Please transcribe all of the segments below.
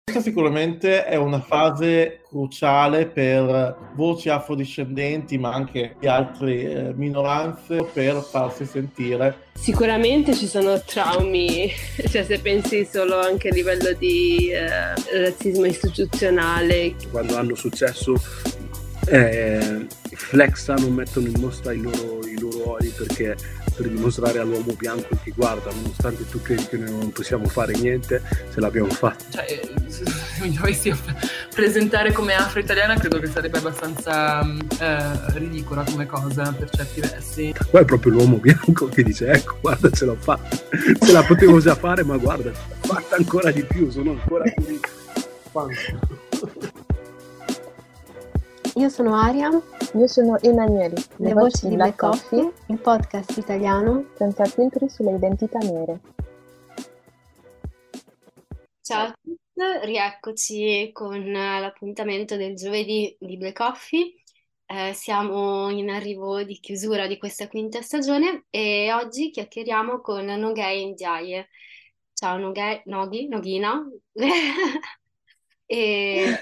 Questa sicuramente è una fase cruciale per voci afrodiscendenti, ma anche di altre minoranze, per farsi sentire. Sicuramente ci sono traumi, cioè se pensi solo anche a livello di razzismo istituzionale. Quando hanno successo flexano, mettono in mostra i loro ori per dimostrare all'uomo bianco che guarda, nonostante tu credi che noi non possiamo fare niente, ce l'abbiamo fatta. Cioè, se mi dovessi presentare come afro-italiana credo che sarebbe abbastanza ridicola come cosa per certi versi. Qua è proprio l'uomo bianco che dice ecco, guarda, ce l'ho fatta, ce la potevo già fare, ma guarda, fatta ancora di più, sono ancora più Io sono Aria. Io sono Emanuele. Le voci di Black Coffee, il podcast italiano senza filtri sulle identità nere. Ciao a tutti, rieccoci con l'appuntamento del giovedì di Black Coffee. Siamo in arrivo di chiusura di questa quinta stagione e oggi chiacchieriamo con Nogay Ndiaye. Ciao Nogay, Nogina. E...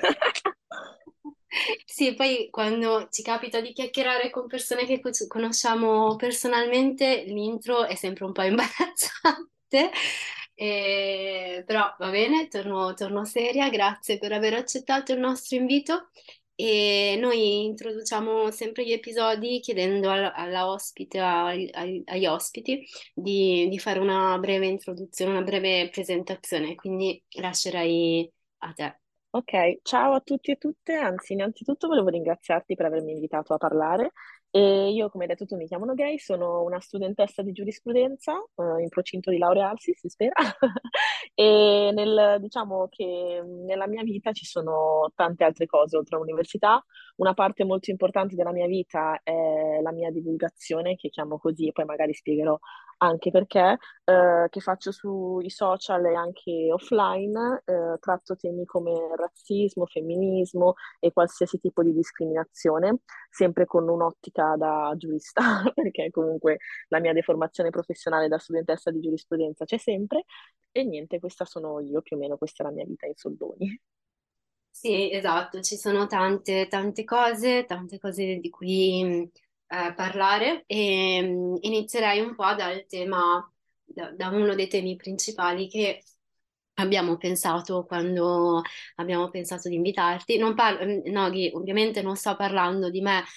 Sì, poi quando ci capita di chiacchierare con persone che conosciamo personalmente, l'intro è sempre un po' imbarazzante, però va bene, torno seria, grazie per aver accettato il nostro invito e noi introduciamo sempre gli episodi chiedendo alla ospite, agli ospiti di fare una breve introduzione, una breve presentazione, quindi lascerei a te. Ok, ciao a tutti e tutte, anzi innanzitutto volevo ringraziarti per avermi invitato a parlare e io come hai detto tu mi chiamo Nogay, sono una studentessa di giurisprudenza in procinto di laurearsi, si spera, e diciamo che nella mia vita ci sono tante altre cose oltre all'università. Una parte molto importante della mia vita è la mia divulgazione, che chiamo così e poi magari spiegherò anche perché, che faccio sui social e anche offline, tratto temi come razzismo, femminismo e qualsiasi tipo di discriminazione, sempre con un'ottica da giurista, perché comunque la mia deformazione professionale da studentessa di giurisprudenza c'è sempre, e niente, questa sono io, più o meno questa è la mia vita in soldoni. Sì, esatto, ci sono tante cose di cui parlare e inizierei un po' dal tema, da uno dei temi principali che abbiamo pensato quando abbiamo pensato di invitarti. Non parlo, Noghi, ovviamente non sto parlando di me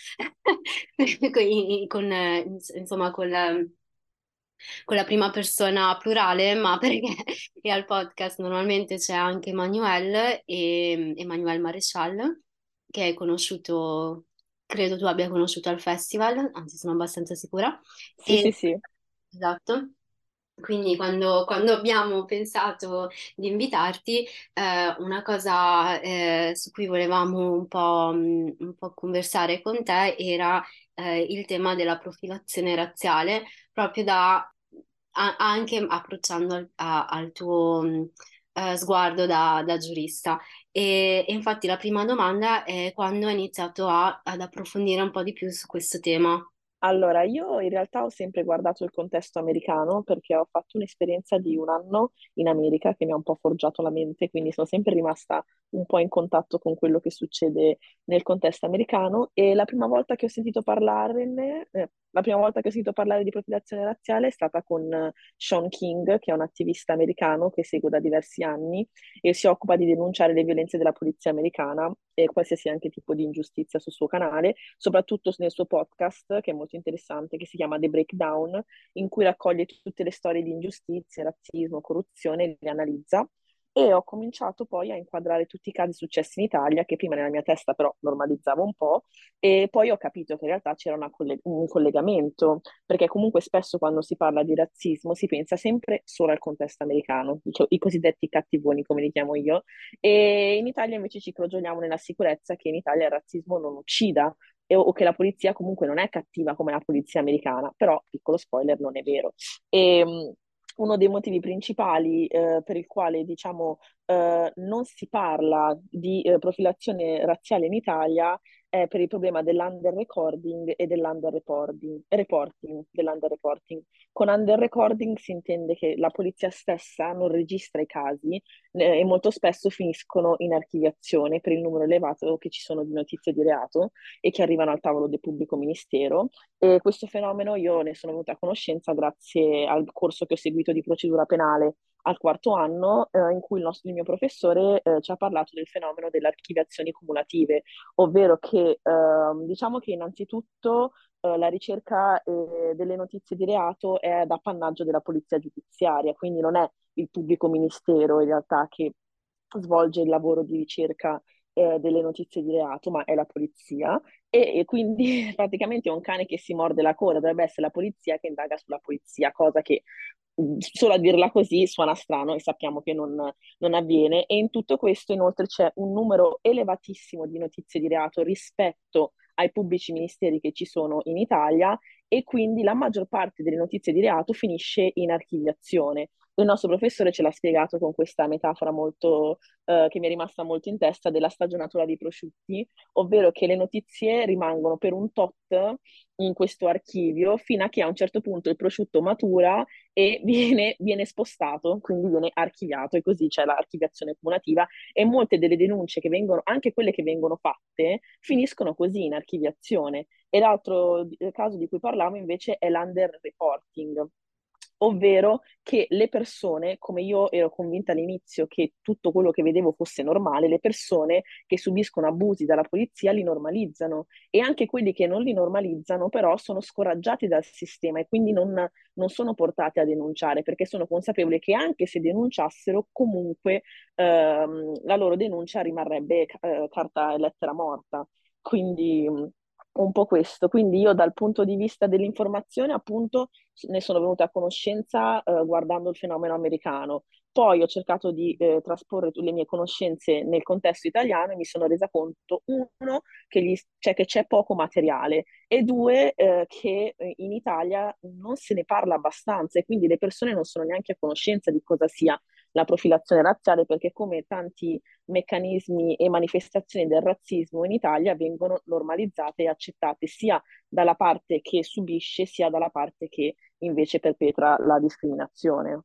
insomma, con la prima persona plurale, ma perché e al podcast normalmente c'è anche Emanuele e Emanuele Marescial, che hai conosciuto, credo tu abbia conosciuto al festival, anzi sono abbastanza sicura. Sì, E, sì, sì. esatto. Quindi quando abbiamo pensato di invitarti, una cosa su cui volevamo un po' conversare con te era il tema della profilazione razziale, proprio anche approcciando al tuo sguardo da giurista. E infatti la prima domanda è quando hai iniziato ad approfondire un po' di più su questo tema. Allora, io in realtà ho sempre guardato il contesto americano perché ho fatto un'esperienza di un anno in America che mi ha un po' forgiato la mente, quindi sono sempre rimasta un po' in contatto con quello che succede nel contesto americano e la prima volta che ho sentito parlarne, la prima volta che ho sentito parlare di profilazione razziale è stata con Sean King, che è un attivista americano che seguo da diversi anni e si occupa di denunciare le violenze della polizia americana e qualsiasi anche tipo di ingiustizia sul suo canale, soprattutto nel suo podcast, che è molto interessante, che si chiama The Breakdown, in cui raccoglie tutte le storie di ingiustizia, razzismo, corruzione e le analizza. E ho cominciato poi a inquadrare tutti i casi successi in Italia, che prima nella mia testa però normalizzavo un po', e poi ho capito che in realtà c'era un collegamento, perché comunque spesso quando si parla di razzismo si pensa sempre solo al contesto americano, i cosiddetti cattivoni, come li chiamo io, e in Italia invece ci crogioliamo nella sicurezza che in Italia il razzismo non uccida o che la polizia comunque non è cattiva come la polizia americana, però, piccolo spoiler, non è vero. E, uno dei motivi principali per il quale, diciamo, non si parla di profilazione razziale in Italia per il problema dell'under-recording e dell'under-reporting. Con under-recording si intende che la polizia stessa non registra i casi e molto spesso finiscono in archiviazione per il numero elevato che ci sono di notizie di reato e che arrivano al tavolo del pubblico ministero. E questo fenomeno io ne sono venuta a conoscenza grazie al corso che ho seguito di procedura penale al quarto anno, in cui il mio professore ci ha parlato del fenomeno delle archiviazioni cumulative, ovvero che diciamo che innanzitutto la ricerca delle notizie di reato è d'appannaggio della polizia giudiziaria, quindi non è il pubblico ministero in realtà che svolge il lavoro di ricerca delle notizie di reato, ma è la polizia. E quindi praticamente è un cane che si morde la coda, dovrebbe essere la polizia che indaga sulla polizia, cosa che solo a dirla così suona strano e sappiamo che non avviene. E in tutto questo inoltre c'è un numero elevatissimo di notizie di reato rispetto ai pubblici ministeri che ci sono in Italia e quindi la maggior parte delle notizie di reato finisce in archiviazione. Il nostro professore ce l'ha spiegato con questa metafora molto, che mi è rimasta molto in testa della stagionatura dei prosciutti, ovvero che le notizie rimangono per un tot in questo archivio fino a che a un certo punto il prosciutto matura e viene spostato, quindi viene archiviato e così c'è l'archiviazione cumulativa e molte delle denunce che vengono, anche quelle che vengono fatte, finiscono così in archiviazione. E l'altro caso di cui parlavo invece è l'under-reporting, ovvero che le persone, come io ero convinta all'inizio che tutto quello che vedevo fosse normale, le persone che subiscono abusi dalla polizia li normalizzano e anche quelli che non li normalizzano però sono scoraggiati dal sistema e quindi non sono portati a denunciare perché sono consapevoli che anche se denunciassero comunque la loro denuncia rimarrebbe carta e lettera morta. Quindi un po' questo. Quindi io dal punto di vista dell'informazione, appunto, ne sono venuta a conoscenza guardando il fenomeno americano. Poi ho cercato di trasporre le mie conoscenze nel contesto italiano e mi sono resa conto, uno, cioè, che c'è poco materiale e due, che in Italia non se ne parla abbastanza e quindi le persone non sono neanche a conoscenza di cosa sia la profilazione razziale perché come tanti meccanismi e manifestazioni del razzismo in Italia vengono normalizzate e accettate sia dalla parte che subisce sia dalla parte che invece perpetra la discriminazione.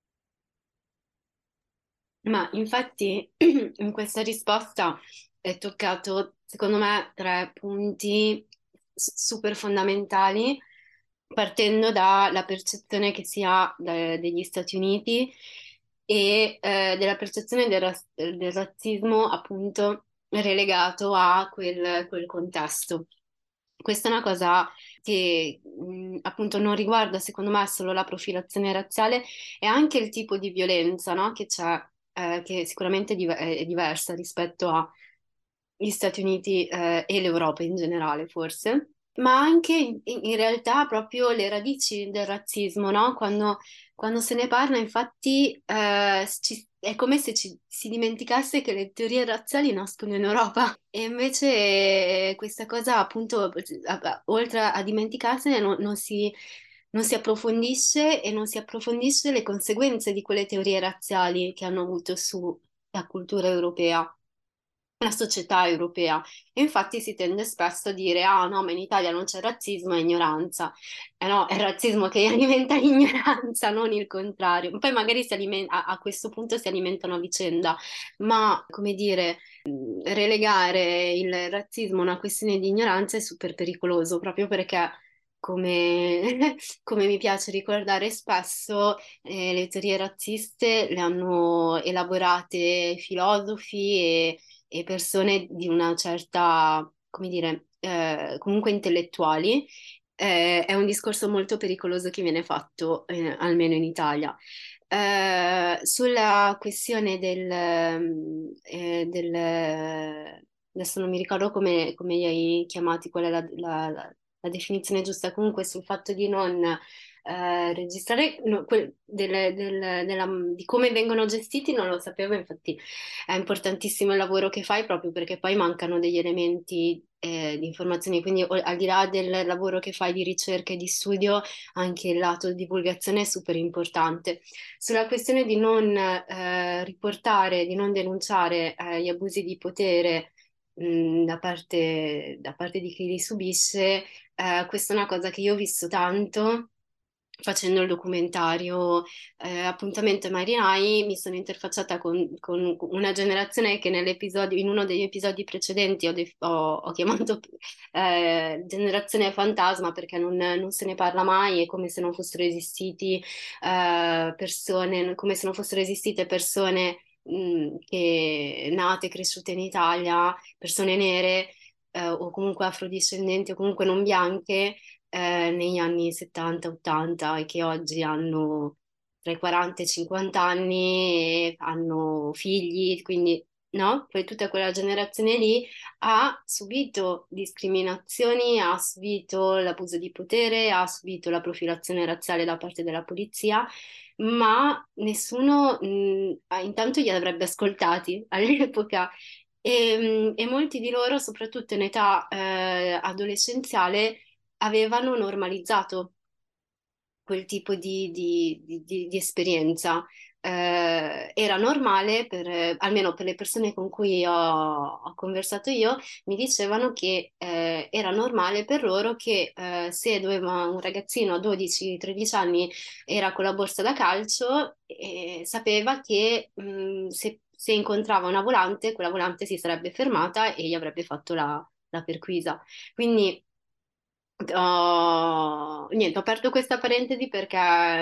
Ma infatti in questa risposta è toccato, secondo me, tre punti super fondamentali, partendo dalla percezione che si ha degli Stati Uniti e della percezione del razzismo appunto relegato a quel contesto. Questa è una cosa che appunto non riguarda secondo me solo la profilazione razziale e anche il tipo di violenza, no, che c'è, che sicuramente è diversa rispetto agli Stati Uniti, e l'Europa in generale forse, ma anche in realtà proprio le radici del razzismo, no? Quando se ne parla, infatti, è come se si dimenticasse che le teorie razziali nascono in Europa. E invece questa cosa, appunto, oltre a dimenticarsene, non si approfondisce e non si approfondisce le conseguenze di quelle teorie razziali che hanno avuto sulla cultura europea, la società europea. E infatti si tende spesso a dire: ah no, ma in Italia non c'è razzismo, è ignoranza. Eh no, è il razzismo che alimenta l'ignoranza, non il contrario. Poi magari a questo punto si alimentano a vicenda, ma come dire, relegare il razzismo a una questione di ignoranza è super pericoloso, proprio perché, come, come mi piace ricordare spesso, le teorie razziste le hanno elaborate filosofi e persone di una certa, come dire, comunque intellettuali. È un discorso molto pericoloso che viene fatto, almeno in Italia. Sulla questione adesso non mi ricordo come li hai chiamati, qual è la definizione giusta, comunque sul fatto di non registrare di come vengono gestiti non lo sapevo, infatti è importantissimo il lavoro che fai proprio perché poi mancano degli elementi di informazioni, quindi al di là del lavoro che fai di ricerca e di studio, anche il lato di divulgazione è super importante. Sulla questione di non riportare, di non denunciare gli abusi di potere da parte di chi li subisce, questa è una cosa che io ho visto tanto facendo il documentario Appuntamento ai Marinai. Mi sono interfacciata con una generazione che in uno degli episodi precedenti ho chiamato generazione fantasma perché non se ne parla mai, è come se non fossero esistiti persone, come se non fossero esistite persone che nate e cresciute in Italia, persone nere o comunque afrodiscendenti o comunque non bianche negli anni 70-80 e che oggi hanno tra i 40 e i 50 anni e hanno figli, quindi no? Poi tutta quella generazione lì ha subito discriminazioni, ha subito l'abuso di potere, ha subito la profilazione razziale da parte della polizia, ma nessuno intanto li avrebbe ascoltati all'epoca. E molti di loro, soprattutto in età adolescenziale, avevano normalizzato quel tipo di esperienza. Era normale, almeno per le persone con cui ho conversato io, mi dicevano che era normale per loro che se un ragazzino a 12-13 anni era con la borsa da calcio, sapeva che se incontrava una volante, quella volante si sarebbe fermata e gli avrebbe fatto la perquisa. Quindi niente, ho aperto questa parentesi perché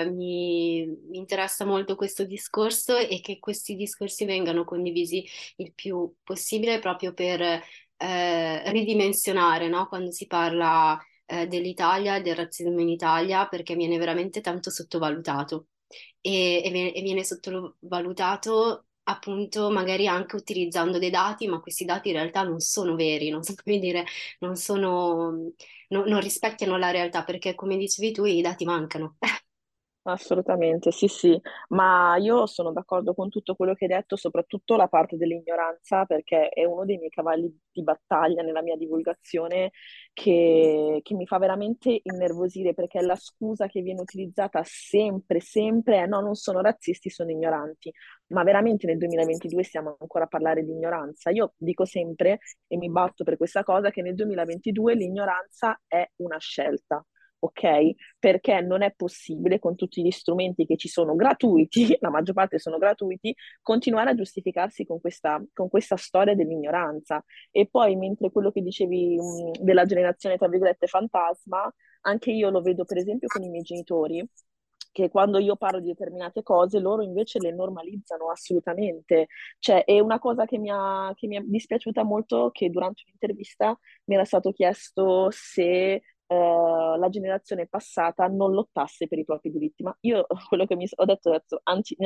mi interessa molto questo discorso e che questi discorsi vengano condivisi il più possibile proprio per ridimensionare, no? Quando si parla dell'Italia, del razzismo in Italia, perché viene veramente tanto sottovalutato e viene sottovalutato appunto magari anche utilizzando dei dati, ma questi dati in realtà non sono veri, non so come dire, non sono non rispecchiano la realtà perché, come dicevi tu, i dati mancano. Assolutamente, sì, sì, ma io sono d'accordo con tutto quello che hai detto, soprattutto la parte dell'ignoranza, perché è uno dei miei cavalli di battaglia nella mia divulgazione che mi fa veramente innervosire, perché la scusa che viene utilizzata sempre, sempre è no, non sono razzisti, sono ignoranti. Ma veramente nel 2022 stiamo ancora a parlare di ignoranza? Io dico sempre, e mi batto per questa cosa, che nel 2022 l'ignoranza è una scelta. Ok? Perché non è possibile, con tutti gli strumenti che ci sono gratuiti, la maggior parte sono gratuiti, continuare a giustificarsi con questa storia dell'ignoranza. E poi, mentre quello che dicevi della generazione, tra virgolette, fantasma, anche io lo vedo per esempio con i miei genitori, che quando io parlo di determinate cose, loro invece le normalizzano assolutamente. Cioè, è una cosa che mi è dispiaciuta molto, che durante un'intervista mi era stato chiesto se la generazione passata non lottasse per i propri diritti. Ma io quello che ho detto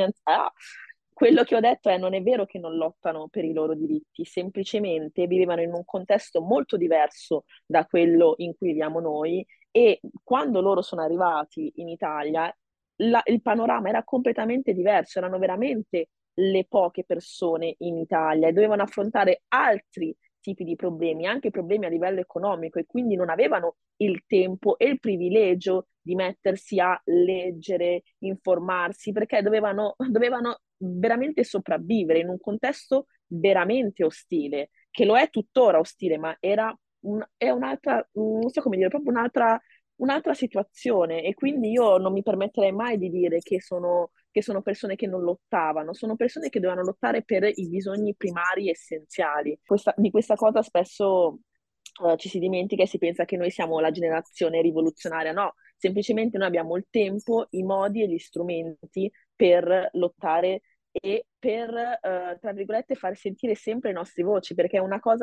quello che ho detto è non è vero che non lottano per i loro diritti, semplicemente vivevano in un contesto molto diverso da quello in cui viviamo noi e quando loro sono arrivati in Italia il panorama era completamente diverso, erano veramente le poche persone in Italia e dovevano affrontare altri tipi di problemi, anche problemi a livello economico e quindi non avevano il tempo e il privilegio di mettersi a leggere, informarsi, perché dovevano veramente sopravvivere in un contesto veramente ostile, che lo è tuttora ostile, ma è un'altra, non so come dire, proprio un'altra situazione e quindi io non mi permetterei mai di dire che sono persone che non lottavano, sono persone che dovevano lottare per i bisogni primari essenziali. Di questa cosa spesso ci si dimentica e si pensa che noi siamo la generazione rivoluzionaria, no, semplicemente noi abbiamo il tempo, i modi e gli strumenti per lottare e per, tra virgolette, far sentire sempre le nostre voci, perché è una cosa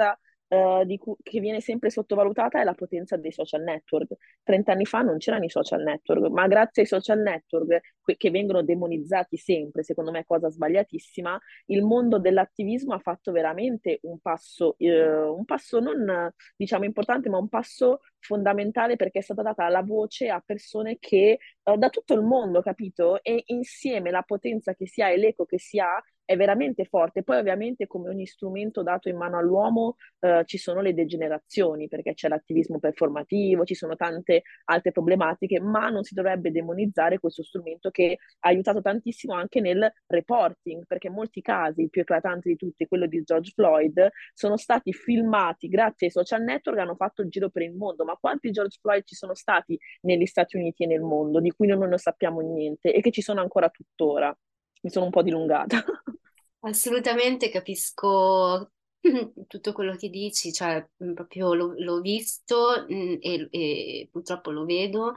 che viene sempre sottovalutata è la potenza dei social network. 30 anni fa non c'erano i social network, ma grazie ai social network, che vengono demonizzati sempre, secondo me cosa sbagliatissima, il mondo dell'attivismo ha fatto veramente un passo non diciamo importante, ma un passo fondamentale, perché è stata data la voce a persone che da tutto il mondo, capito? E insieme la potenza che si ha e l'eco che si ha è veramente forte. Poi ovviamente come ogni strumento dato in mano all'uomo ci sono le degenerazioni, perché c'è l'attivismo performativo, ci sono tante altre problematiche, ma non si dovrebbe demonizzare questo strumento che ha aiutato tantissimo anche nel reporting, perché molti casi, il più eclatante di tutti, quello di George Floyd, sono stati filmati grazie ai social network che hanno fatto il giro per il mondo. Ma quanti George Floyd ci sono stati negli Stati Uniti e nel mondo, di cui non ne sappiamo niente e che ci sono ancora tuttora? Mi sono un po' dilungata. Assolutamente capisco tutto quello che dici, cioè proprio l'ho visto e purtroppo lo vedo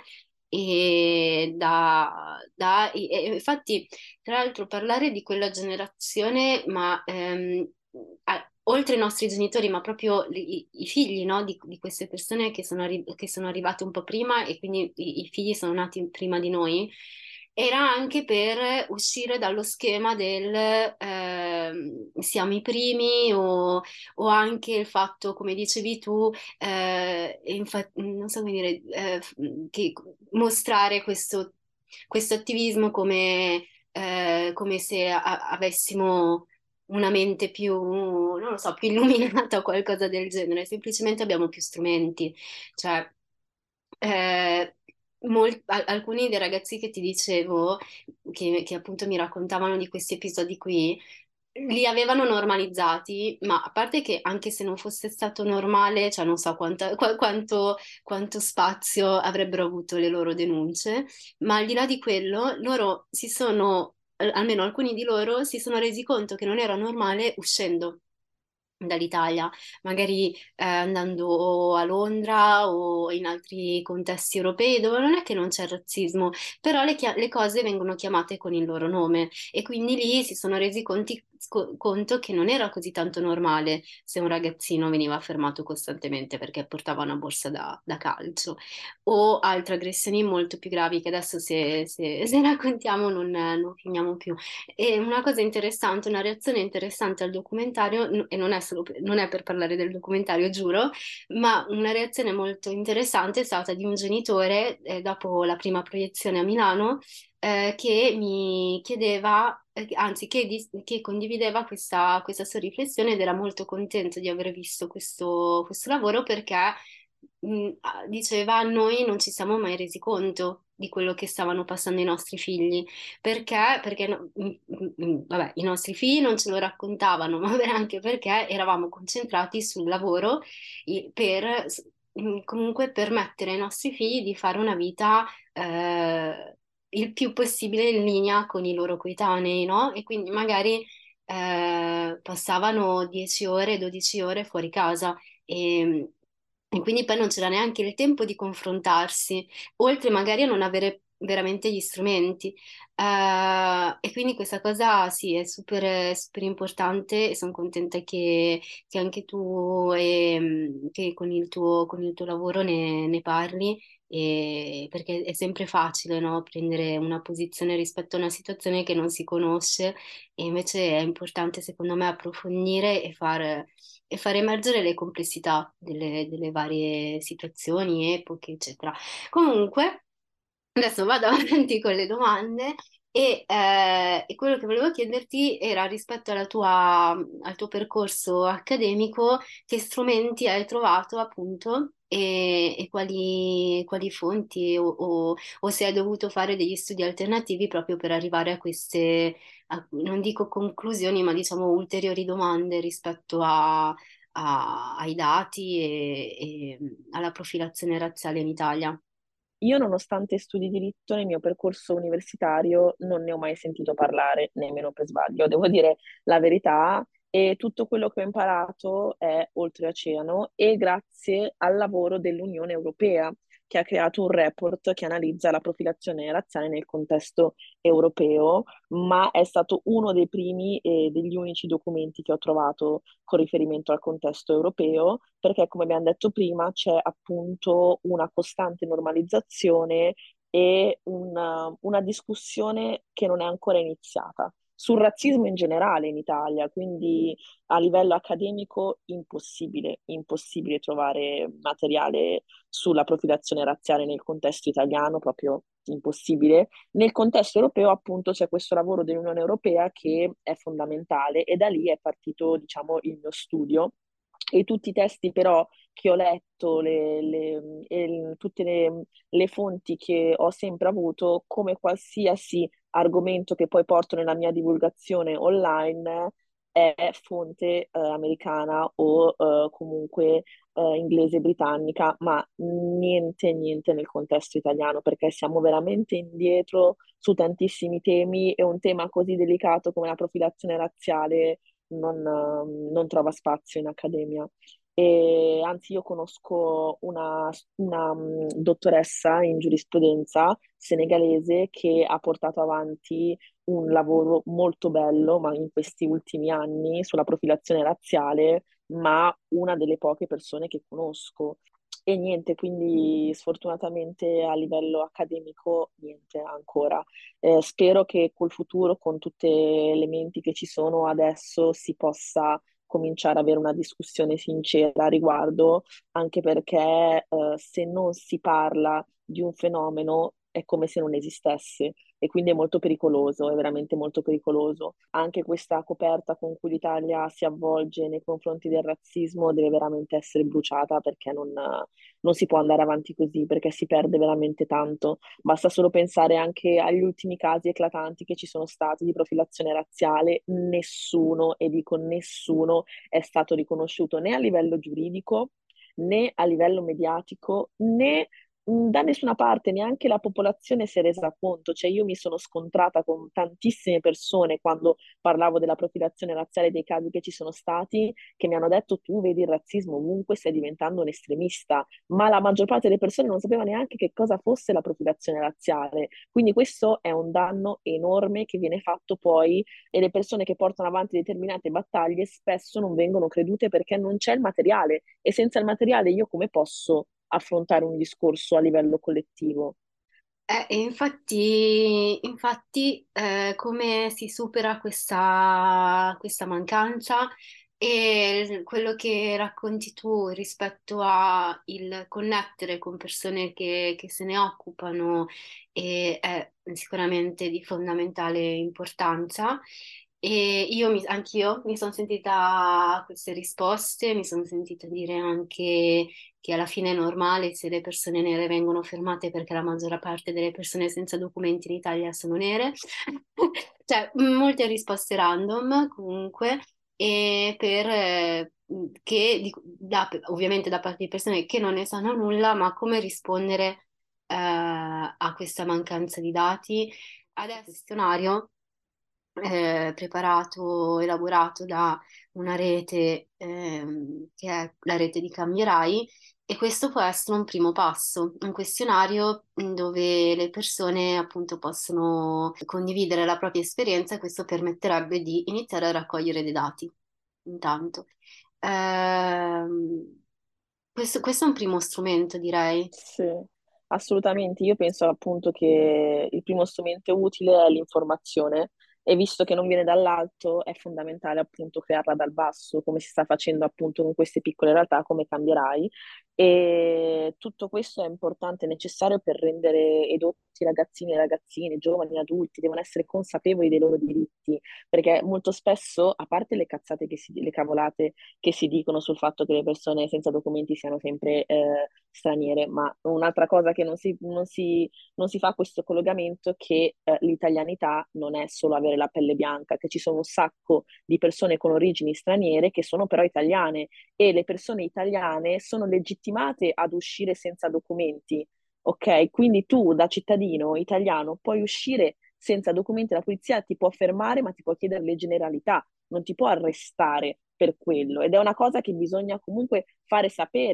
e infatti tra l'altro parlare di quella generazione, ma oltre i nostri genitori, ma proprio i figli, no, di queste persone che sono arrivate un po' prima e quindi i figli sono nati prima di noi, era anche per uscire dallo schema del siamo i primi o anche il fatto, come dicevi tu, non so come dire, che mostrare questo attivismo come se avessimo una mente più, non lo so, più illuminata o qualcosa del genere, semplicemente abbiamo più strumenti. Cioè, eh, alcuni dei ragazzi che ti dicevo, che appunto mi raccontavano di questi episodi qui, li avevano normalizzati, ma a parte che anche se non fosse stato normale, cioè non so quanto spazio avrebbero avuto le loro denunce, ma al di là di quello, almeno alcuni di loro, si sono resi conto che non era normale uscendo dall'Italia, magari andando o a Londra o in altri contesti europei dove non è che non c'è razzismo, però le cose vengono chiamate con il loro nome e quindi lì si sono resi conto che non era così tanto normale se un ragazzino veniva fermato costantemente perché portava una borsa da calcio o altre aggressioni molto più gravi che adesso se raccontiamo non finiamo più. E una cosa interessante, una reazione interessante al documentario, e non è per parlare del documentario, giuro, ma una reazione molto interessante è stata di un genitore, dopo la prima proiezione a Milano, che mi chiedeva, anzi, che condivideva questa sua riflessione ed era molto contento di aver visto questo lavoro perché diceva: noi non ci siamo mai resi conto di quello che stavano passando i nostri figli. Perché? Perché vabbè, i nostri figli non ce lo raccontavano, ma anche perché eravamo concentrati sul lavoro comunque permettere ai nostri figli di fare una vita il più possibile in linea con i loro coetanei, no? E quindi magari passavano 10 ore, 12 ore fuori casa e quindi poi non c'era neanche il tempo di confrontarsi, oltre magari a non avere veramente gli strumenti. E quindi questa cosa sì, è super, super importante e sono contenta che anche tu che con il tuo lavoro ne parli, perché è sempre facile, no, prendere una posizione rispetto a una situazione che non si conosce e invece è importante secondo me approfondire e far emergere le complessità delle varie situazioni, epoche, eccetera. Comunque, adesso vado avanti con le domande e quello che volevo chiederti era rispetto al tuo percorso accademico, che strumenti hai trovato appunto e quali fonti o se hai dovuto fare degli studi alternativi proprio per arrivare a queste, non dico conclusioni, ma diciamo ulteriori domande rispetto ai dati e alla profilazione razziale in Italia. Io, nonostante studi diritto, nel mio percorso universitario non ne ho mai sentito parlare, nemmeno per sbaglio, devo dire la verità, e tutto quello che ho imparato è oltreoceano e grazie al lavoro dell'Unione Europea, che ha creato un report che analizza la profilazione razziale nel contesto europeo, ma è stato uno dei primi e degli unici documenti che ho trovato con riferimento al contesto europeo, perché come abbiamo detto prima c'è appunto una costante normalizzazione e una discussione che non è ancora iniziata sul razzismo in generale in Italia, quindi a livello accademico impossibile, impossibile trovare materiale sulla profilazione razziale nel contesto italiano, proprio impossibile. Nel contesto europeo, appunto, c'è questo lavoro dell'Unione Europea che è fondamentale e da lì è partito, diciamo, il mio studio. E tutti i testi però che ho letto, tutte le fonti che ho sempre avuto, come qualsiasi argomento che poi porto nella mia divulgazione online, è fonte americana o comunque inglese britannica, ma niente, niente nel contesto italiano, perché siamo veramente indietro su tantissimi temi e un tema così delicato come la profilazione razziale non trova spazio in accademia. E anzi, io conosco una dottoressa in giurisprudenza senegalese che ha portato avanti un lavoro molto bello, ma in questi ultimi anni sulla profilazione razziale, ma una delle poche persone che conosco. E niente, quindi sfortunatamente a livello accademico niente ancora. Spero che col futuro, con tutte le menti che ci sono adesso, si possa cominciare ad avere una discussione sincera a riguardo, anche perché se non si parla di un fenomeno è come se non esistesse e quindi è molto pericoloso, è veramente molto pericoloso. Anche questa coperta con cui l'Italia si avvolge nei confronti del razzismo deve veramente essere bruciata perché non si può andare avanti così, perché si perde veramente tanto. Basta solo pensare anche agli ultimi casi eclatanti che ci sono stati di profilazione razziale. Nessuno, e dico nessuno, è stato riconosciuto né a livello giuridico né a livello mediatico né da nessuna parte, neanche la popolazione si è resa conto. Cioè io mi sono scontrata con tantissime persone quando parlavo della profilazione razziale, dei casi che ci sono stati, che mi hanno detto tu vedi il razzismo ovunque, stai diventando un estremista, ma la maggior parte delle persone non sapeva neanche che cosa fosse la profilazione razziale. Quindi questo è un danno enorme che viene fatto poi e le persone che portano avanti determinate battaglie spesso non vengono credute perché non c'è il materiale e senza il materiale io come posso affrontare un discorso a livello collettivo? E infatti, come si supera questa mancanza e quello che racconti tu rispetto a il connettere con persone che se ne occupano è sicuramente di fondamentale importanza. E anch'io mi sono sentita queste risposte, mi sono sentita dire anche che alla fine è normale se le persone nere vengono fermate perché la maggior parte delle persone senza documenti in Italia sono nere. Cioè, molte risposte random comunque, e ovviamente da parte di persone che non ne sanno nulla, ma come rispondere a questa mancanza di dati. Adesso il questionario preparato, elaborato da una rete che è la rete di Cambierai e questo può essere un primo passo, un questionario dove le persone appunto possono condividere la propria esperienza e questo permetterebbe di iniziare a raccogliere dei dati. Intanto, questo è un primo strumento, direi. Sì, assolutamente. Io penso appunto che il primo strumento utile è l'informazione e visto che non viene dall'alto è fondamentale appunto crearla dal basso, come si sta facendo appunto con queste piccole realtà come Cambierai. E tutto questo è importante e necessario per rendere edotti ragazzini e ragazzine, giovani, adulti, devono essere consapevoli dei loro diritti, perché molto spesso, a parte le cazzate le cavolate che si dicono sul fatto che le persone senza documenti siano sempre straniere, ma un'altra cosa che non si fa questo collegamento è che l'italianità non è solo avere la pelle bianca, che ci sono un sacco di persone con origini straniere che sono però italiane e le persone italiane sono legittimate ad uscire senza documenti, ok? Quindi tu da cittadino italiano puoi uscire senza documenti, la polizia ti può fermare ma ti può chiedere le generalità, non ti può arrestare per quello ed è una cosa che bisogna comunque fare sapere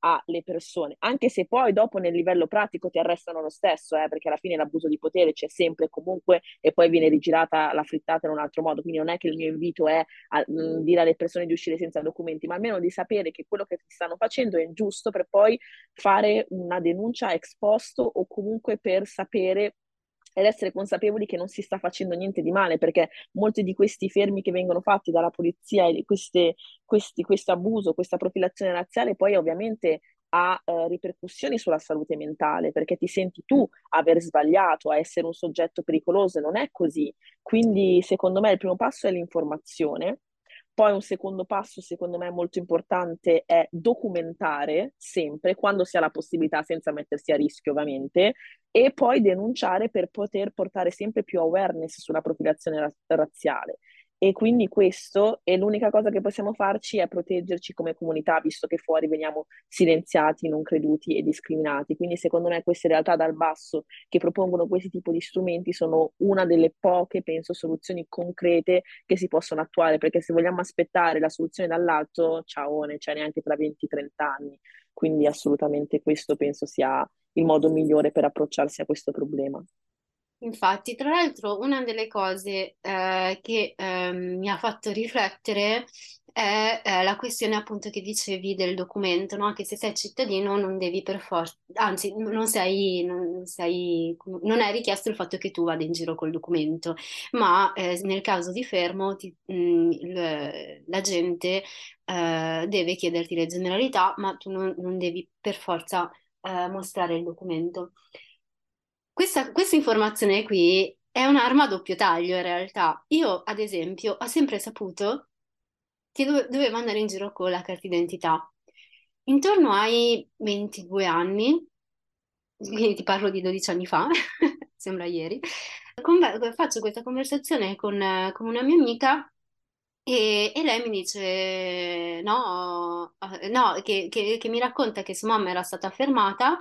alle persone, anche se poi dopo nel livello pratico ti arrestano lo stesso, perché alla fine l'abuso di potere c'è sempre e comunque, e poi viene rigirata la frittata in un altro modo, quindi non è che il mio invito è a dire alle persone di uscire senza documenti, ma almeno di sapere che quello che ti stanno facendo è ingiusto, per poi fare una denuncia ex post o comunque per sapere ed essere consapevoli che non si sta facendo niente di male, perché molti di questi fermi che vengono fatti dalla polizia e questo abuso, questa profilazione razziale, poi ovviamente ha ripercussioni sulla salute mentale, perché ti senti tu aver sbagliato, a essere un soggetto pericoloso, e non è così. Quindi, secondo me, il primo passo è l'informazione. Poi un secondo passo, secondo me, molto importante è documentare sempre, quando si ha la possibilità, senza mettersi a rischio, ovviamente, e poi denunciare per poter portare sempre più awareness sulla profilazione razziale. E quindi questo, e l'unica cosa che possiamo farci è proteggerci come comunità, visto che fuori veniamo silenziati, non creduti e discriminati. Quindi secondo me queste realtà dal basso che propongono questi tipi di strumenti sono una delle poche, penso, soluzioni concrete che si possono attuare, perché se vogliamo aspettare la soluzione dall'alto, ciaone, cioè neanche tra 20-30 anni. Quindi assolutamente questo penso sia il modo migliore per approcciarsi a questo problema. Infatti, tra l'altro, una delle cose che mi ha fatto riflettere è la questione appunto che dicevi del documento, no? Che se sei cittadino non devi per forza, anzi, non è richiesto il fatto che tu vada in giro col documento, ma nel caso di fermo la gente deve chiederti le generalità, ma tu non devi per forza mostrare il documento. Questa informazione qui è un'arma a doppio taglio in realtà. Io, ad esempio, ho sempre saputo che dovevo andare in giro con la carta d'identità. Intorno ai 22 anni, quindi ti parlo di 12 anni fa, sembra ieri, faccio questa conversazione con una mia amica e lei mi dice no, che mi racconta che sua mamma era stata fermata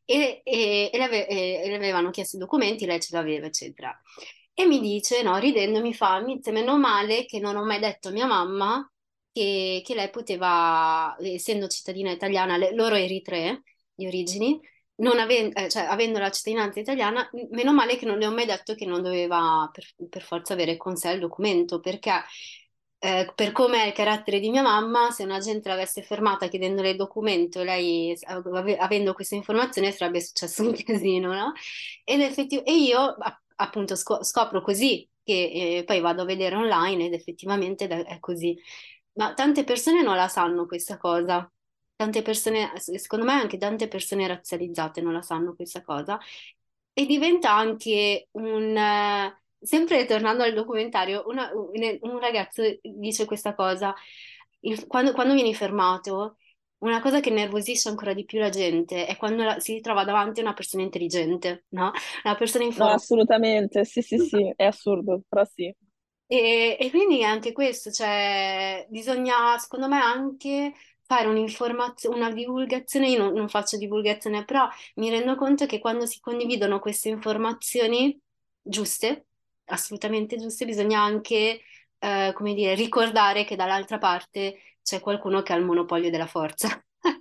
e le avevano chiesto i documenti, lei ce l'aveva, eccetera. E mi dice, no, ridendo, mi fa, meno male che non ho mai detto a mia mamma che lei poteva, essendo cittadina italiana, loro eritree di origini, cioè, avendo la cittadinanza italiana, meno male che non le ho mai detto che non doveva per forza avere con sé il documento, perché per come è il carattere di mia mamma, se un agente l'avesse fermata chiedendole il documento, lei avendo questa informazione sarebbe successo un casino, no? E io appunto scopro così che poi vado a vedere online ed effettivamente è così. Ma tante persone non la sanno questa cosa. Tante persone, secondo me anche tante persone razzializzate non la sanno questa cosa. E diventa anche sempre tornando al documentario, un ragazzo dice questa cosa, quando vieni fermato, una cosa che nervosisce ancora di più la gente è quando si trova davanti a una persona intelligente, no? Una persona No, informata. assolutamente, sì, sì, sì, è assurdo, però sì. E quindi anche questo, cioè, bisogna, secondo me, anche fare una divulgazione. Io non faccio divulgazione, però mi rendo conto che quando si condividono queste informazioni giuste, assolutamente giuste, bisogna anche, come dire, ricordare che dall'altra parte c'è qualcuno che ha il monopolio della forza.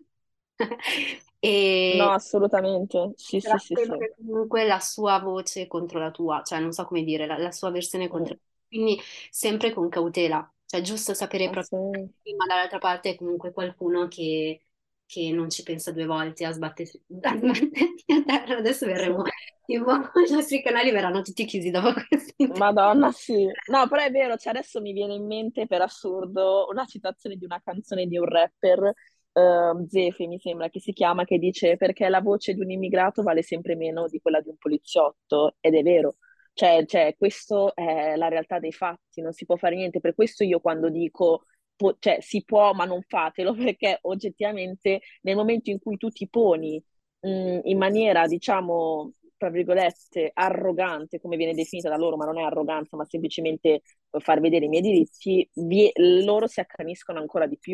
No, E assolutamente, sì, sarà sì, sì, sì. sempre comunque la sua voce contro la tua, cioè non so come dire, la sua versione contro Mm, la tua. Quindi sempre con cautela, cioè è giusto sapere proprio, assolutamente. ma dall'altra parte è comunque qualcuno che non ci pensa due volte a sbattersi a sbattersi a terra. Adesso Sì. verremo, tipo, i nostri canali verranno tutti chiusi dopo questo intervento. Madonna, sì. No, però è vero, cioè adesso mi viene in mente per assurdo una citazione di una canzone di un rapper, Zefe mi sembra che si chiama, che dice perché la voce di un immigrato vale sempre meno di quella di un poliziotto, ed è vero. Cioè, questo è la realtà dei fatti, non si può fare niente. Per questo io quando dico, cioè, si può ma non fatelo, perché oggettivamente nel momento in cui tu ti poni in maniera, diciamo, tra virgolette, arrogante, come viene definita da loro, ma non è arroganza, ma semplicemente far vedere i miei diritti, loro si accaniscono ancora di più.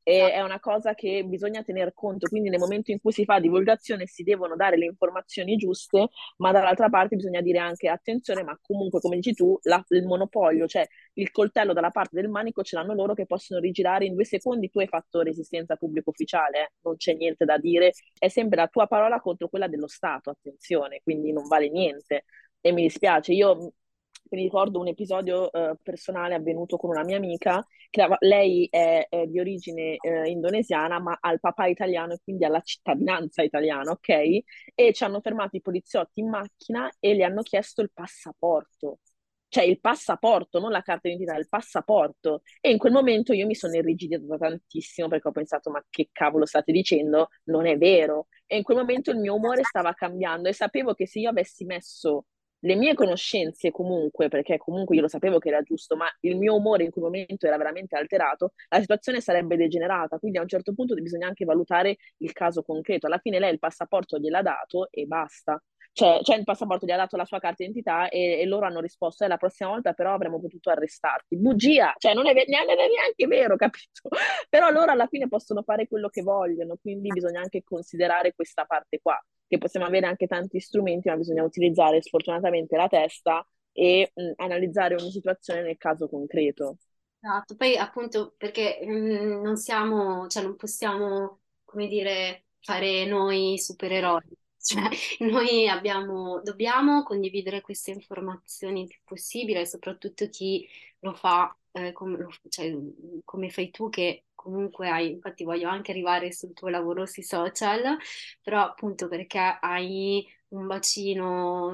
E è una cosa che bisogna tener conto, quindi nel momento in cui si fa divulgazione si devono dare le informazioni giuste, ma dall'altra parte bisogna dire anche attenzione, ma comunque come dici tu, il monopolio, cioè il coltello dalla parte del manico ce l'hanno loro che possono rigirare in 2 secondi. Tu hai fatto resistenza pubblico ufficiale, non c'è niente da dire, è sempre la tua parola contro quella dello Stato, attenzione, quindi non vale niente. E mi dispiace, io mi ricordo un episodio personale avvenuto con una mia amica, che lei è di origine indonesiana, ma ha il papà italiano e quindi ha la cittadinanza italiana, ok? E ci hanno fermato i poliziotti in macchina e le hanno chiesto il passaporto. Cioè il passaporto, non la carta d'identità, il passaporto. E in quel momento io mi sono irrigidita tantissimo perché ho pensato, ma che cavolo state dicendo? Non è vero. E in quel momento il mio umore stava cambiando e sapevo che se io avessi messo le mie conoscenze comunque, perché comunque io lo sapevo che era giusto, ma il mio umore in quel momento era veramente alterato, la situazione sarebbe degenerata. Quindi a un certo punto bisogna anche valutare il caso concreto. Alla fine lei il passaporto gliel'ha dato e basta. Cioè il passaporto gli ha dato la sua carta d'identità e loro hanno risposto, la prossima volta però avremmo potuto arrestarti. Bugia! Cioè non è neanche vero, capito? Però loro alla fine possono fare quello che vogliono, quindi bisogna anche considerare questa parte qua, che possiamo avere anche tanti strumenti, ma bisogna utilizzare sfortunatamente la testa e analizzare ogni situazione nel caso concreto. Esatto, poi appunto perché non siamo, cioè non possiamo, come dire, fare noi supereroi, cioè noi dobbiamo condividere queste informazioni il più possibile, soprattutto chi lo fa, cioè, come fai tu che comunque hai, infatti voglio anche arrivare sul tuo lavoro sui social, però appunto perché hai un bacino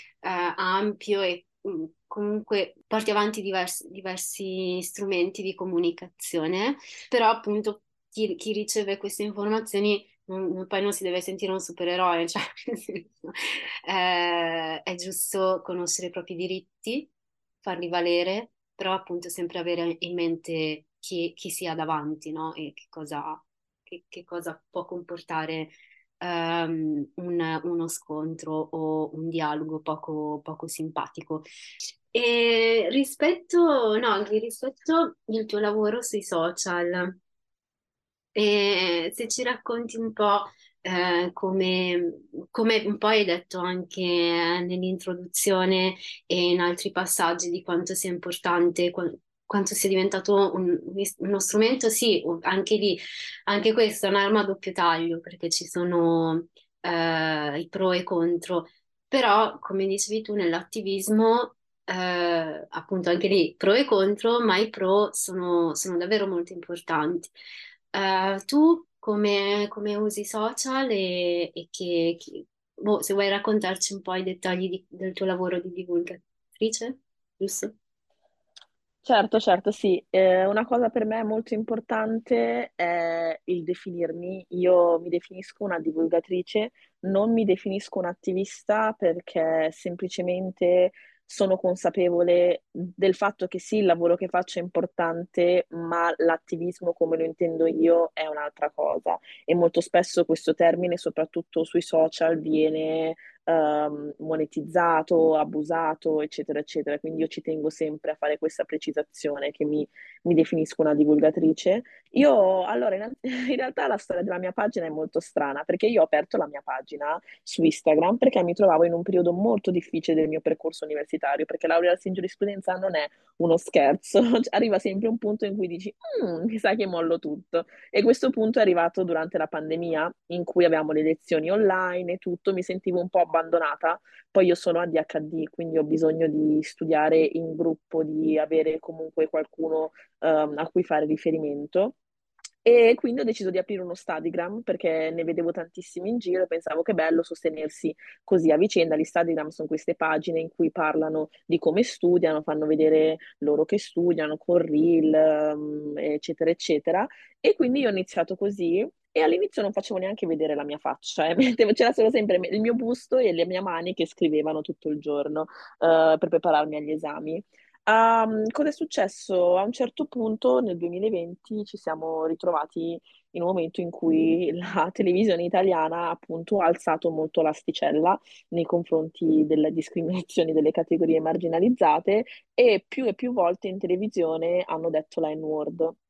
ampio e comunque porti avanti diversi strumenti di comunicazione, però appunto chi riceve queste informazioni poi non si deve sentire un supereroe, cioè nel senso, è giusto conoscere i propri diritti, farli valere, però appunto sempre avere in mente chi si ha davanti, no? E che cosa può comportare uno scontro o un dialogo poco simpatico. E rispetto il tuo lavoro sui social, se ci racconti un po' come un po' hai detto anche nell'introduzione e in altri passaggi di quanto sia importante, quanto sia diventato uno strumento, sì, anche lì, anche questa è un'arma a doppio taglio perché ci sono i pro e i contro, però come dicevi tu nell'attivismo, appunto anche lì pro e contro, ma i pro sono davvero molto importanti. Tu come usi i social e boh, se vuoi raccontarci un po' i dettagli del tuo lavoro di divulgatrice, giusto? Certo, certo, sì. Una cosa per me molto importante è il definirmi. Io mi definisco una divulgatrice, non mi definisco un'attivista perché semplicemente sono consapevole del fatto che sì, il lavoro che faccio è importante, ma l'attivismo come lo intendo io è un'altra cosa. E molto spesso questo termine, soprattutto sui social, viene monetizzato, abusato, eccetera, eccetera. Quindi io ci tengo sempre a fare questa precisazione che mi definisco una divulgatrice. Io, allora, in realtà la storia della mia pagina è molto strana, perché io ho aperto la mia pagina su Instagram perché mi trovavo in un periodo molto difficile del mio percorso universitario, perché laurearsi in giurisprudenza non è uno scherzo, arriva sempre un punto in cui dici, mi sa che mollo tutto. E questo punto è arrivato durante la pandemia, in cui avevamo le lezioni online e tutto, mi sentivo un po' abbandonata. Poi io sono ADHD, quindi ho bisogno di studiare in gruppo, di avere comunque qualcuno a cui fare riferimento. E quindi ho deciso di aprire uno Stadigram perché ne vedevo tantissimi in giro e pensavo che bello sostenersi così a vicenda. Gli Stadigram sono queste pagine in cui parlano di come studiano, fanno vedere loro che studiano con reel, eccetera, eccetera. E quindi io ho iniziato così e all'inizio non facevo neanche vedere la mia faccia, c'era solo sempre il mio busto e le mie mani che scrivevano tutto il giorno, per prepararmi agli esami. Cosa è successo? A un certo punto nel 2020 ci siamo ritrovati in un momento in cui la televisione italiana appunto ha alzato molto l'asticella nei confronti delle discriminazioni delle categorie marginalizzate e più volte in televisione hanno detto la N-word.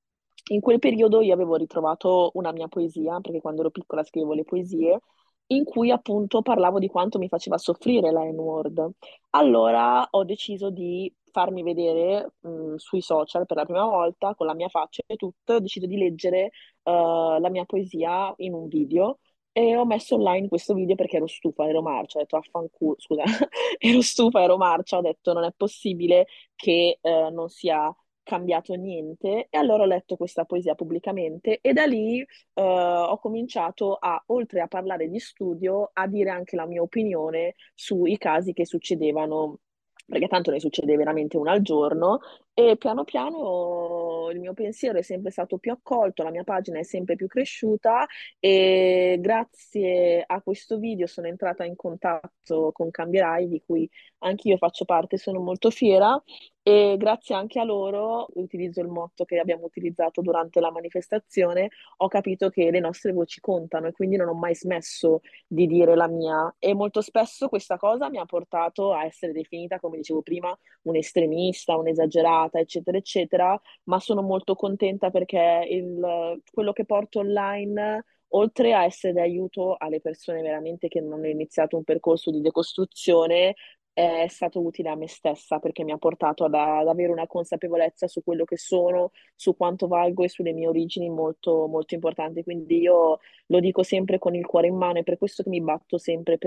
In quel periodo io avevo ritrovato una mia poesia, perché quando ero piccola scrivevo le poesie, in cui appunto parlavo di quanto mi faceva soffrire la N-word. Allora ho deciso di farmi vedere sui social per la prima volta con la mia faccia e tutto, ho deciso di leggere la mia poesia in un video e ho messo online questo video perché ero stufa, ero marcia, ho detto affanculo, scusa, ero stufa, ero marcia, ho detto non è possibile che non sia cambiato niente e allora ho letto questa poesia pubblicamente e da lì ho cominciato a, oltre a parlare di studio, a dire anche la mia opinione sui casi che succedevano, perché tanto ne succede veramente uno al giorno e piano piano il mio pensiero è sempre stato più accolto, la mia pagina è sempre più cresciuta e grazie a questo video sono entrata in contatto con Cambierai, di cui anch'io faccio parte, sono molto fiera e grazie anche a loro, utilizzo il motto che abbiamo utilizzato durante la manifestazione, ho capito che le nostre voci contano e quindi non ho mai smesso di dire la mia. E molto spesso questa cosa mi ha portato a essere definita, come dicevo prima, un'estremista, un'esagerata, eccetera, eccetera, ma sono molto contenta perché quello che porto online oltre a essere d'aiuto alle persone veramente che non hanno iniziato un percorso di decostruzione, è stato utile a me stessa perché mi ha portato ad avere una consapevolezza su quello che sono, su quanto valgo e sulle mie origini molto, molto importanti. Quindi io lo dico sempre con il cuore in mano, è per questo che mi batto sempre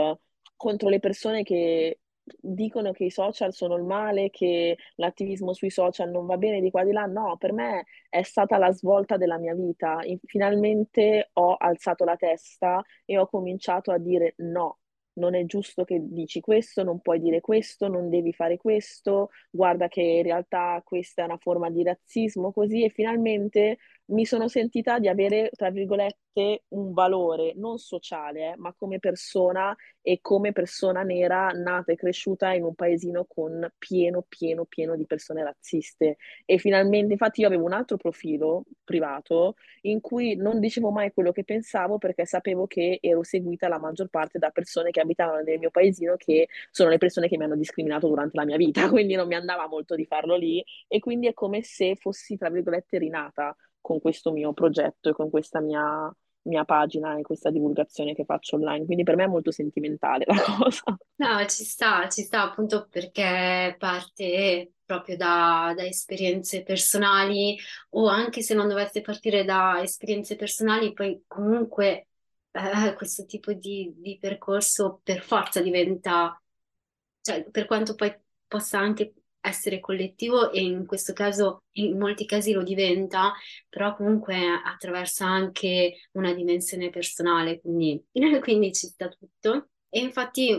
contro le persone che dicono che i social sono il male, che l'attivismo sui social non va bene di qua di là. No, per me è stata la svolta della mia vita. Finalmente ho alzato la testa e ho cominciato a dire no. Non è giusto che dici questo, non puoi dire questo, non devi fare questo, guarda che in realtà questa è una forma di razzismo, così e finalmente mi sono sentita di avere, tra virgolette, un valore non sociale, ma come persona e come persona nera nata e cresciuta in un paesino con pieno, pieno, pieno di persone razziste. E finalmente, infatti, io avevo un altro profilo privato in cui non dicevo mai quello che pensavo perché sapevo che ero seguita la maggior parte da persone che abitavano nel mio paesino, che sono le persone che mi hanno discriminato durante la mia vita, quindi non mi andava molto di farlo lì e quindi è come se fossi, tra virgolette, rinata con questo mio progetto e con questa mia pagina e questa divulgazione che faccio online. Quindi per me è molto sentimentale la cosa. No, ci sta appunto perché parte proprio da esperienze personali o anche se non dovesse partire da esperienze personali, poi comunque questo tipo di percorso per forza diventa, cioè per quanto poi possa anche essere collettivo e in questo caso, in molti casi lo diventa, però comunque attraversa anche una dimensione personale, quindi, quindi ci sta tutto. E infatti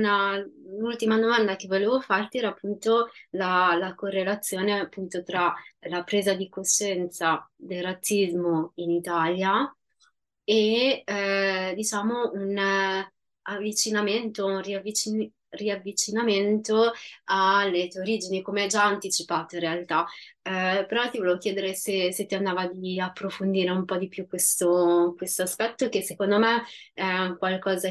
l'ultima domanda che volevo farti era appunto la correlazione appunto tra la presa di coscienza del razzismo in Italia e diciamo un avvicinamento, un riavvicinamento alle tue origini, come hai già anticipato in realtà. Però ti volevo chiedere se ti andava di approfondire un po' di più questo aspetto, che secondo me è qualcosa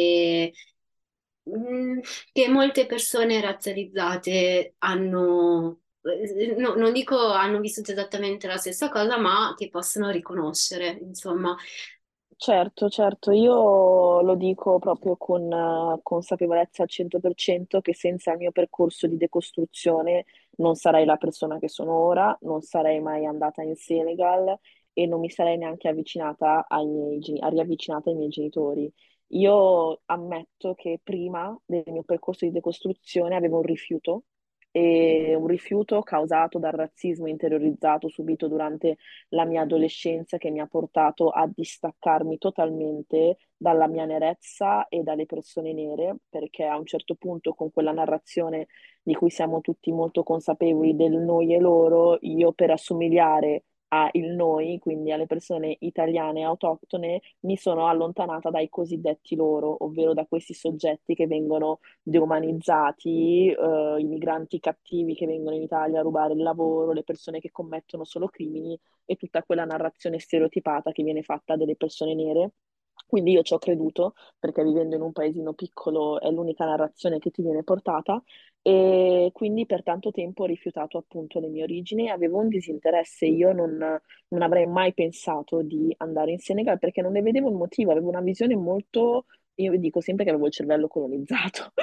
mm, che molte persone razzializzate hanno. Non dico hanno vissuto esattamente la stessa cosa, ma che possono riconoscere, insomma. Certo, certo, io lo dico proprio con consapevolezza al 100% che senza il mio percorso di decostruzione non sarei la persona che sono ora, non sarei mai andata in Senegal e non mi sarei neanche avvicinata riavvicinata ai miei genitori. Io ammetto che prima del mio percorso di decostruzione avevo un rifiuto e un rifiuto causato dal razzismo interiorizzato subito durante la mia adolescenza che mi ha portato a distaccarmi totalmente dalla mia nerezza e dalle persone nere, perché a un certo punto con quella narrazione di cui siamo tutti molto consapevoli del noi e loro, io per assomigliare a il noi, quindi alle persone italiane autoctone, mi sono allontanata dai cosiddetti loro, ovvero da questi soggetti che vengono deumanizzati, i migranti cattivi che vengono in Italia a rubare il lavoro, le persone che commettono solo crimini e tutta quella narrazione stereotipata che viene fatta delle persone nere. Quindi io ci ho creduto, perché vivendo in un paesino piccolo è l'unica narrazione che ti viene portata, e quindi per tanto tempo ho rifiutato appunto le mie origini, avevo un disinteresse, io non avrei mai pensato di andare in Senegal perché non ne vedevo il motivo, avevo una visione molto, io dico sempre che avevo il cervello colonizzato,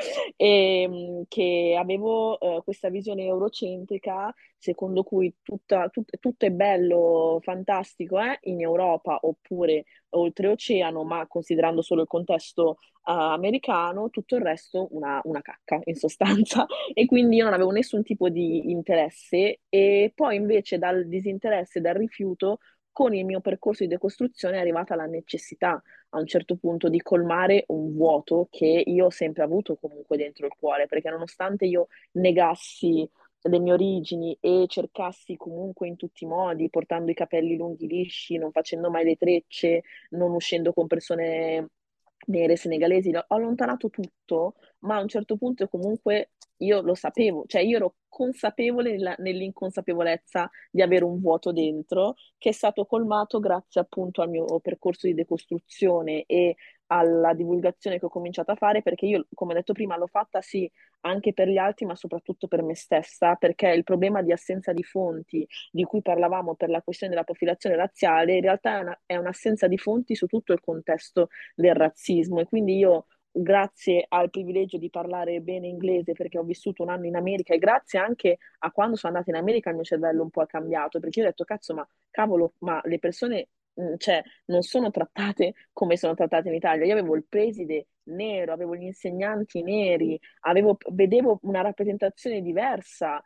e che avevo questa visione eurocentrica secondo cui tutto è bello, fantastico, in Europa oppure oltreoceano, ma considerando solo il contesto americano, tutto il resto una cacca in sostanza. E quindi io non avevo nessun tipo di interesse e poi invece dal disinteresse, dal rifiuto, con il mio percorso di decostruzione è arrivata la necessità a un certo punto di colmare un vuoto che io ho sempre avuto comunque dentro il cuore, perché nonostante io negassi le mie origini e cercassi comunque in tutti i modi, portando i capelli lunghi lisci, non facendo mai le trecce, non uscendo con persone nere senegalesi, ho allontanato tutto, ma a un certo punto comunque io lo sapevo, cioè io ero consapevole nell'inconsapevolezza di avere un vuoto dentro che è stato colmato grazie appunto al mio percorso di decostruzione e alla divulgazione che ho cominciato a fare, perché io, come ho detto prima, l'ho fatta sì anche per gli altri, ma soprattutto per me stessa, perché il problema di assenza di fonti di cui parlavamo per la questione della profilazione razziale, in realtà è un'assenza di fonti su tutto il contesto del razzismo e quindi io grazie al privilegio di parlare bene inglese perché ho vissuto un anno in America e grazie anche a quando sono andata in America il mio cervello un po' è cambiato perché io ho detto cazzo ma cavolo ma le persone cioè non sono trattate come sono trattate in Italia. Io avevo il preside nero, avevo gli insegnanti neri, vedevo una rappresentazione diversa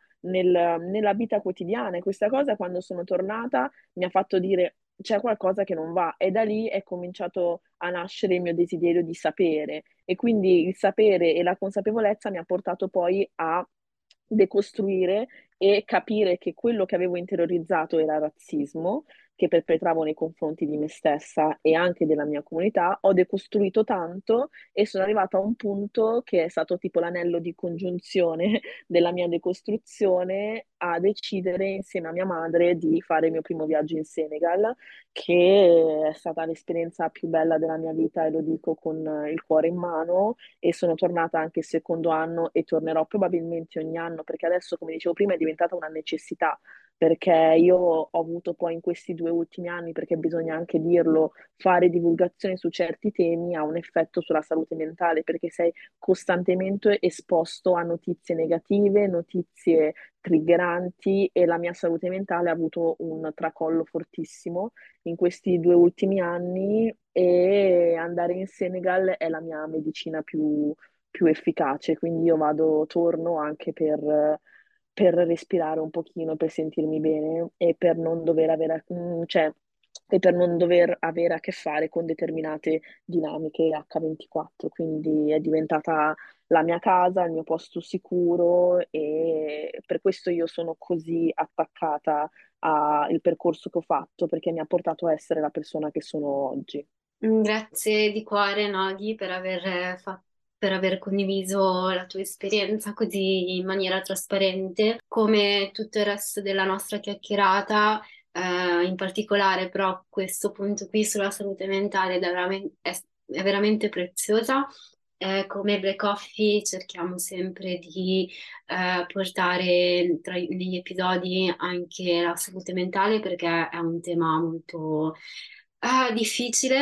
nella vita quotidiana e questa cosa quando sono tornata mi ha fatto dire c'è qualcosa che non va e da lì è cominciato a nascere il mio desiderio di sapere e quindi il sapere e la consapevolezza mi ha portato poi a decostruire e capire che quello che avevo interiorizzato era razzismo che perpetravo nei confronti di me stessa e anche della mia comunità, ho decostruito tanto e sono arrivata a un punto che è stato tipo l'anello di congiunzione della mia decostruzione a decidere insieme a mia madre di fare il mio primo viaggio in Senegal, che è stata l'esperienza più bella della mia vita e lo dico con il cuore in mano e sono tornata anche il secondo anno e tornerò probabilmente ogni anno perché adesso, come dicevo prima, è diventata una necessità perché io ho avuto poi in questi 2 ultimi anni, perché bisogna anche dirlo, fare divulgazione su certi temi ha un effetto sulla salute mentale perché sei costantemente esposto a notizie negative, notizie triggeranti e la mia salute mentale ha avuto un tracollo fortissimo in questi 2 ultimi anni e andare in Senegal è la mia medicina più efficace, quindi io torno anche per respirare un pochino, per sentirmi bene e per non dover avere, cioè, e per non dover avere a che fare con determinate dinamiche H24. Quindi è diventata la mia casa, il mio posto sicuro e per questo io sono così attaccata al percorso che ho fatto perché mi ha portato a essere la persona che sono oggi. Grazie di cuore, Noghi, per aver condiviso la tua esperienza così in maniera trasparente. Come tutto il resto della nostra chiacchierata, in particolare però questo punto qui sulla salute mentale è veramente preziosa. Come Black Coffee cerchiamo sempre di portare negli episodi anche la salute mentale perché è un tema molto difficile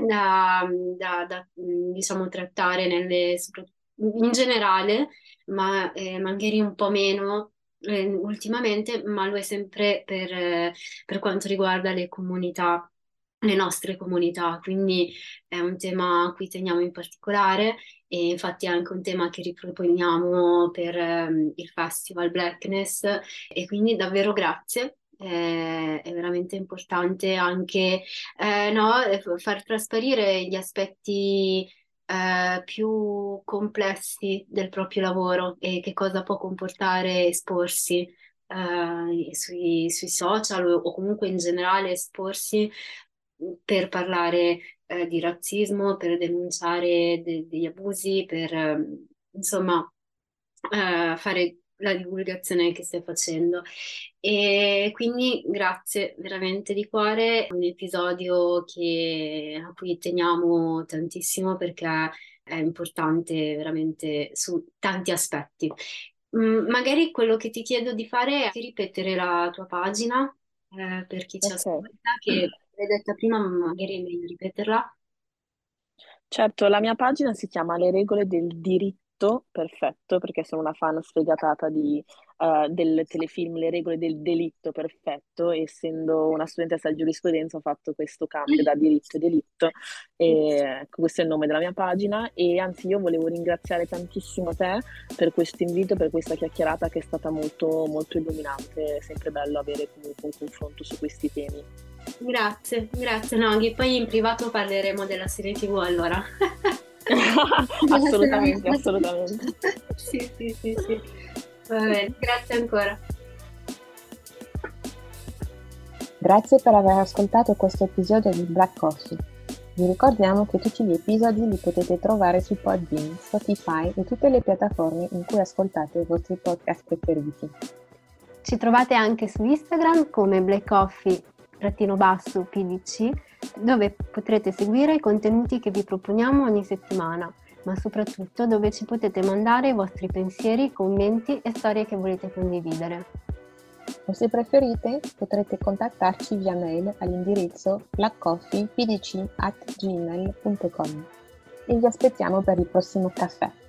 diciamo, trattare in generale, ma magari un po' meno ultimamente, ma lo è sempre per quanto riguarda le comunità, le nostre comunità. Quindi è un tema a cui teniamo in particolare e infatti è anche un tema che riproponiamo per il Festival Blackness e quindi davvero grazie. È veramente importante anche no, far trasparire gli aspetti più complessi del proprio lavoro e che cosa può comportare esporsi sui social o comunque in generale esporsi per parlare di razzismo, per denunciare degli abusi, per insomma fare la divulgazione che stai facendo. E quindi grazie veramente di cuore, è un episodio a cui teniamo tantissimo perché è importante veramente su tanti aspetti. Magari quello che ti chiedo di fare è di ripetere la tua pagina, per chi ci Ok. ascolta, che l'hai detta prima, ma magari è meglio ripeterla. Certo, la mia pagina si chiama Le regole del diritto perfetto, perché sono una fan sfegatata del telefilm Le regole del delitto perfetto. Essendo una studentessa di giurisprudenza, ho fatto questo cambio da diritto e delitto, e ecco, questo è il nome della mia pagina. E anzi, io volevo ringraziare tantissimo te per questo invito, per questa chiacchierata che è stata molto, molto illuminante. È sempre bello avere comunque un confronto su questi temi. Grazie, Noghi. Poi in privato parleremo della serie TV allora. Assolutamente, assolutamente. Sì. Va bene, grazie ancora. Grazie per aver ascoltato questo episodio di Black Coffee. Vi ricordiamo che tutti gli episodi li potete trovare su Podbean, Spotify e tutte le piattaforme in cui ascoltate i vostri podcast preferiti. Ci trovate anche su Instagram come blackcoffee_PDC, dove potrete seguire i contenuti che vi proponiamo ogni settimana, ma soprattutto dove ci potete mandare i vostri pensieri, commenti e storie che volete condividere. O se preferite, potrete contattarci via mail all'indirizzo blackcoffeepdc@gmail.com e vi aspettiamo per il prossimo caffè.